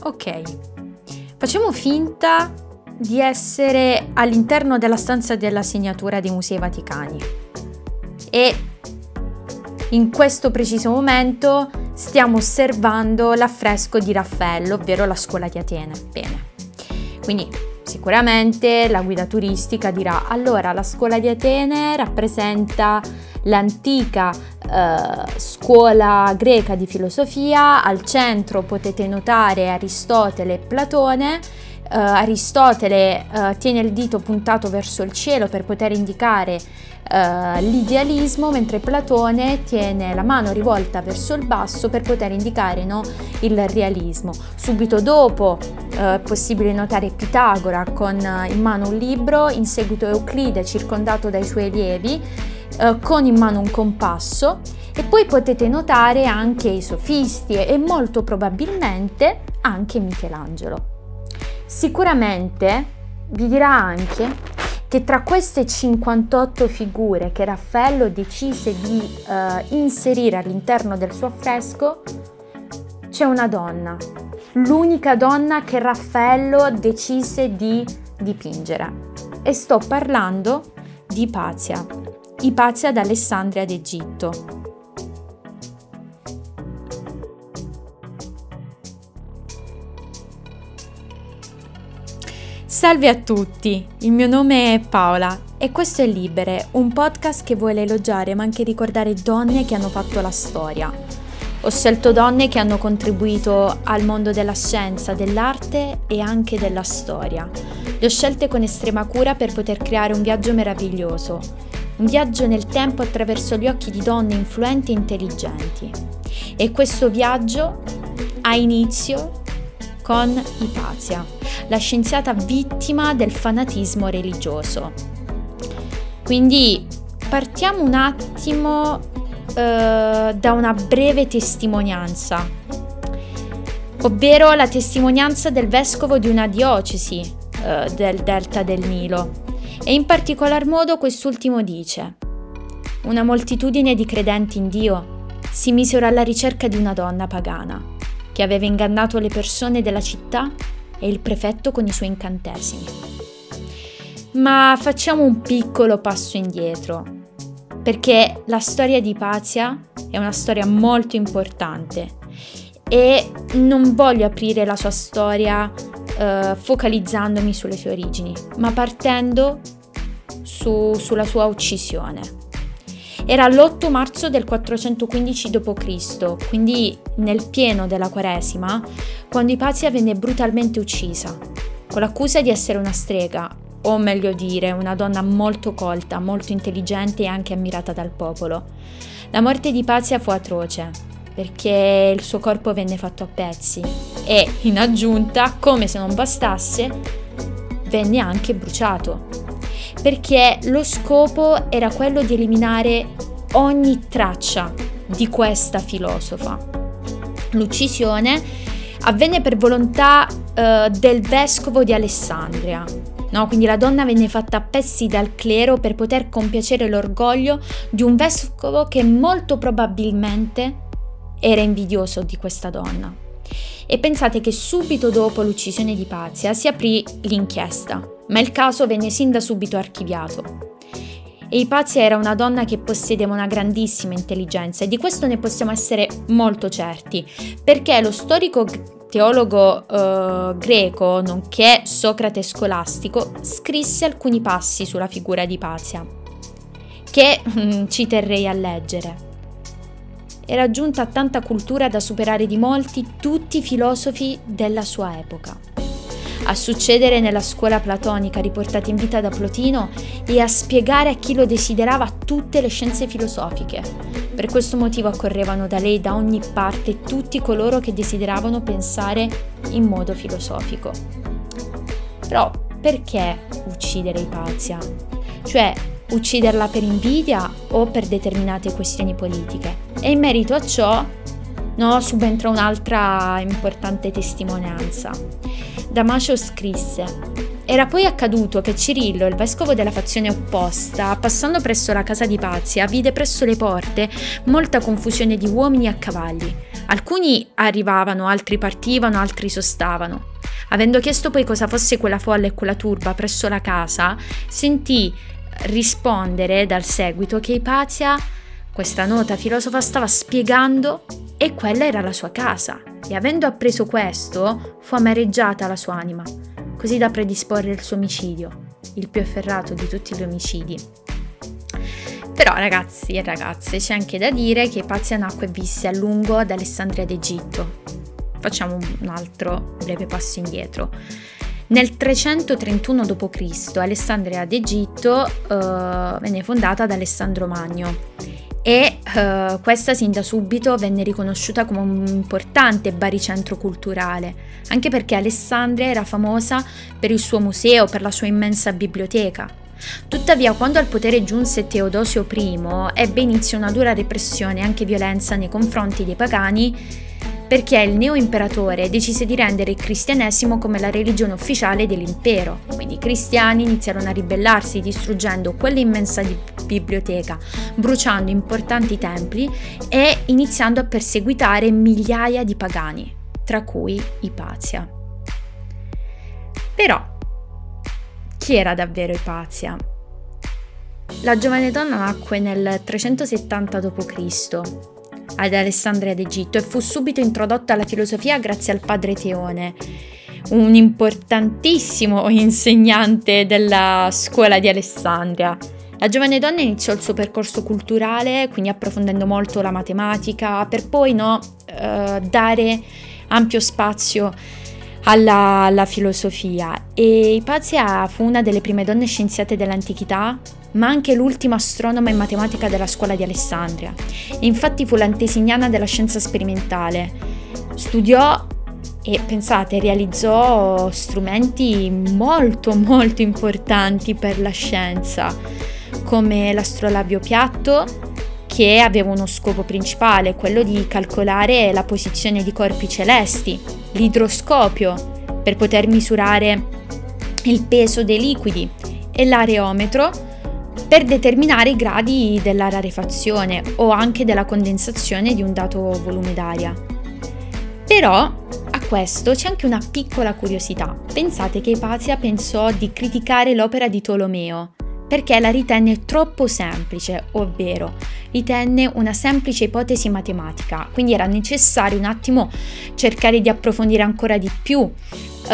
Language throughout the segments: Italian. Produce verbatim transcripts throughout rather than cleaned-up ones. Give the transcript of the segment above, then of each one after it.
Ok, facciamo finta di essere all'interno della stanza della segnatura dei Musei Vaticani e in questo preciso momento stiamo osservando l'affresco di Raffaello, ovvero la Scuola di Atene. Bene, quindi sicuramente la guida turistica dirà: allora la Scuola di Atene rappresenta l'antica eh, scuola greca di filosofia, al centro potete notare Aristotele e Platone. Uh, Aristotele uh, tiene il dito puntato verso il cielo per poter indicare uh, l'idealismo, mentre Platone tiene la mano rivolta verso il basso per poter indicare, no, il realismo. Subito dopo uh, è possibile notare Pitagora con uh, in mano un libro, in seguito Euclide circondato dai suoi allievi uh, con in mano un compasso, e poi potete notare anche i sofisti e molto probabilmente anche Michelangelo. Sicuramente vi dirà anche che tra queste cinquantotto figure che Raffaello decise di uh, inserire all'interno del suo affresco c'è una donna, l'unica donna che Raffaello decise di dipingere, e sto parlando di Ipazia, Ipazia d'Alessandria d'Egitto. Salve a tutti, il mio nome è Paola e questo è Libere, un podcast che vuole elogiare ma anche ricordare donne che hanno fatto la storia. Ho scelto donne che hanno contribuito al mondo della scienza, dell'arte e anche della storia. Le ho scelte con estrema cura per poter creare un viaggio meraviglioso, un viaggio nel tempo attraverso gli occhi di donne influenti e intelligenti. E questo viaggio ha inizio con Ipazia, la scienziata vittima del fanatismo religioso. Quindi partiamo un attimo eh, da una breve testimonianza, ovvero la testimonianza del vescovo di una diocesi eh, del delta del Nilo, e in particolar modo quest'ultimo dice: una moltitudine di credenti in Dio si misero alla ricerca di una donna pagana che aveva ingannato le persone della città e il prefetto con i suoi incantesimi. Ma facciamo un piccolo passo indietro, perché la storia di Ipazia è una storia molto importante e non voglio aprire la sua storia eh, focalizzandomi sulle sue origini, ma partendo su, sulla sua uccisione. Era l'otto marzo del quattrocentoquindici dopo Cristo, quindi nel pieno della Quaresima, quando Ipazia venne brutalmente uccisa, con l'accusa di essere una strega, o meglio dire, una donna molto colta, molto intelligente e anche ammirata dal popolo. La morte di Ipazia fu atroce, perché il suo corpo venne fatto a pezzi e, in aggiunta, come se non bastasse, venne anche bruciato, perché lo scopo era quello di eliminare ogni traccia di questa filosofa. L'uccisione avvenne per volontà eh, del vescovo di Alessandria, no? Quindi la donna venne fatta a pezzi dal clero per poter compiacere l'orgoglio di un vescovo che molto probabilmente era invidioso di questa donna. E pensate che subito dopo l'uccisione di Ipazia si aprì l'inchiesta, ma il caso venne sin da subito archiviato. E Ipazia era una donna che possedeva una grandissima intelligenza, e di questo ne possiamo essere molto certi, perché lo storico teologo eh, greco, nonché Socrate scolastico, scrisse alcuni passi sulla figura di Ipazia, che mm, ci terrei a leggere. Era giunta a tanta cultura da superare di molti tutti i filosofi della sua epoca, a succedere nella scuola platonica riportata in vita da Plotino e a spiegare a chi lo desiderava tutte le scienze filosofiche. Per questo motivo accorrevano da lei da ogni parte tutti coloro che desideravano pensare in modo filosofico. Però perché uccidere Ipazia? Cioè, ucciderla per invidia o per determinate questioni politiche? E in merito a ciò, no, subentra un'altra importante testimonianza. Damasio scrisse: era poi accaduto che Cirillo, il vescovo della fazione opposta, passando presso la casa di Ipazia, vide presso le porte molta confusione di uomini a cavalli, Alcuni arrivavano, altri partivano, altri sostavano. Avendo chiesto poi cosa fosse quella folla e quella turba presso la casa, sentì rispondere dal seguito che Ipazia, questa nota filosofa, stava spiegando e quella era la sua casa. E avendo appreso questo, fu amareggiata la sua anima, così da predisporre il suo omicidio, il più efferrato di tutti gli omicidi. Però ragazzi e ragazze, c'è anche da dire che Ipazia nacque e visse a lungo ad Alessandria d'Egitto. Facciamo un altro breve passo indietro. Nel trecentotrentuno dopo Cristo Alessandria d'Egitto eh, venne fondata da Alessandro Magno e eh, questa sin da subito venne riconosciuta come un importante baricentro culturale, anche perché Alessandria era famosa per il suo museo, per la sua immensa biblioteca. Tuttavia, quando al potere giunse Teodosio I, ebbe inizio una dura repressione e anche violenza nei confronti dei pagani, perché il neo-imperatore decise di rendere il cristianesimo come la religione ufficiale dell'impero. Quindi i cristiani iniziarono a ribellarsi, distruggendo quell'immensa biblioteca, bruciando importanti templi e iniziando a perseguitare migliaia di pagani, tra cui Ipazia. Però, chi era davvero Ipazia? La giovane donna nacque nel trecentosettanta dopo Cristo ad Alessandria d'Egitto e fu subito introdotta alla filosofia grazie al padre Teone, un importantissimo insegnante della scuola di Alessandria. La giovane donna iniziò il suo percorso culturale, quindi approfondendo molto la matematica, per poi no, eh, dare ampio spazio alla, alla filosofia. E Ipazia fu una delle prime donne scienziate dell'antichità, ma anche l'ultima astronoma e matematica della scuola di Alessandria. Infatti fu l'antesignana della scienza sperimentale. Studiò e, pensate, realizzò strumenti molto molto importanti per la scienza, come l'astrolabio piatto, che aveva uno scopo principale, quello di calcolare la posizione di corpi celesti, l'idroscopio per poter misurare il peso dei liquidi e l'areometro per determinare i gradi della rarefazione o anche della condensazione di un dato volume d'aria. Però a questo c'è anche una piccola curiosità. Pensate che Ipazia pensò di criticare l'opera di Tolomeo perché la ritenne troppo semplice, ovvero ritenne una semplice ipotesi matematica, quindi era necessario un attimo cercare di approfondire ancora di più Uh,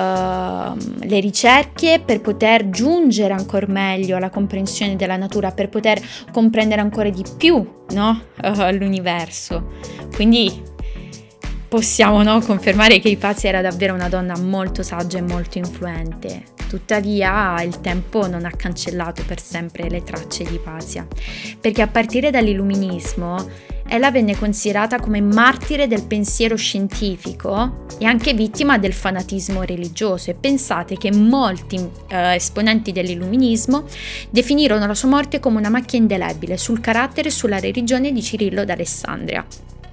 le ricerche per poter giungere ancora meglio alla comprensione della natura, per poter comprendere ancora di più, no? uh, l'universo. Quindi possiamo, no, confermare che Ipazia era davvero una donna molto saggia e molto influente. Tuttavia il tempo non ha cancellato per sempre le tracce di Ipazia, perché a partire dall'illuminismo ella venne considerata come martire del pensiero scientifico e anche vittima del fanatismo religioso, e pensate che molti eh, esponenti dell'illuminismo definirono la sua morte come una macchia indelebile sul carattere e sulla religione di Cirillo d'Alessandria.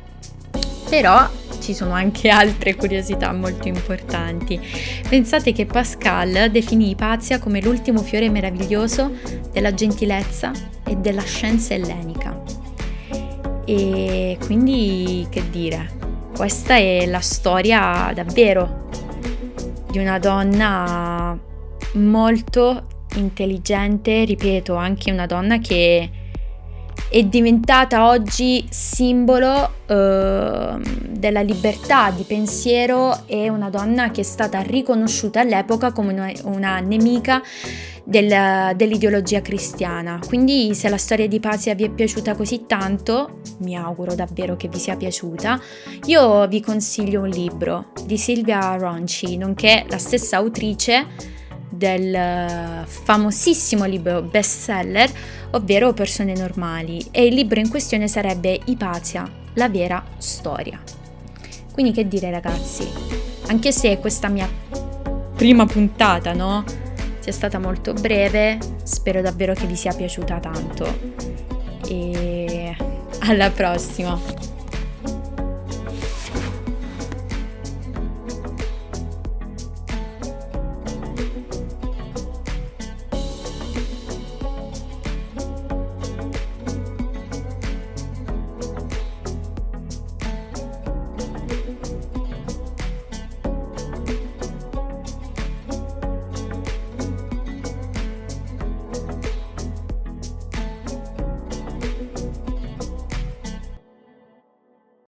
Però ci sono anche altre curiosità molto importanti. Pensate che Pascal definì Ipazia come l'ultimo fiore meraviglioso della gentilezza e della scienza ellenica. E quindi, che dire, questa è la storia davvero di una donna molto intelligente, ripeto, anche una donna che è diventata oggi simbolo eh, della libertà di pensiero, e una donna che è stata riconosciuta all'epoca come una, una nemica del, dell'ideologia cristiana. Quindi se la storia di Ipazia vi è piaciuta così tanto, mi auguro davvero che vi sia piaciuta, io vi consiglio un libro di Silvia Ronci, nonché la stessa autrice del famosissimo libro bestseller, ovvero Persone normali, e il libro in questione sarebbe Ipazia, la vera storia. Quindi che dire ragazzi, anche se questa mia prima puntata, no, sia stata molto breve, spero davvero che vi sia piaciuta tanto e alla prossima.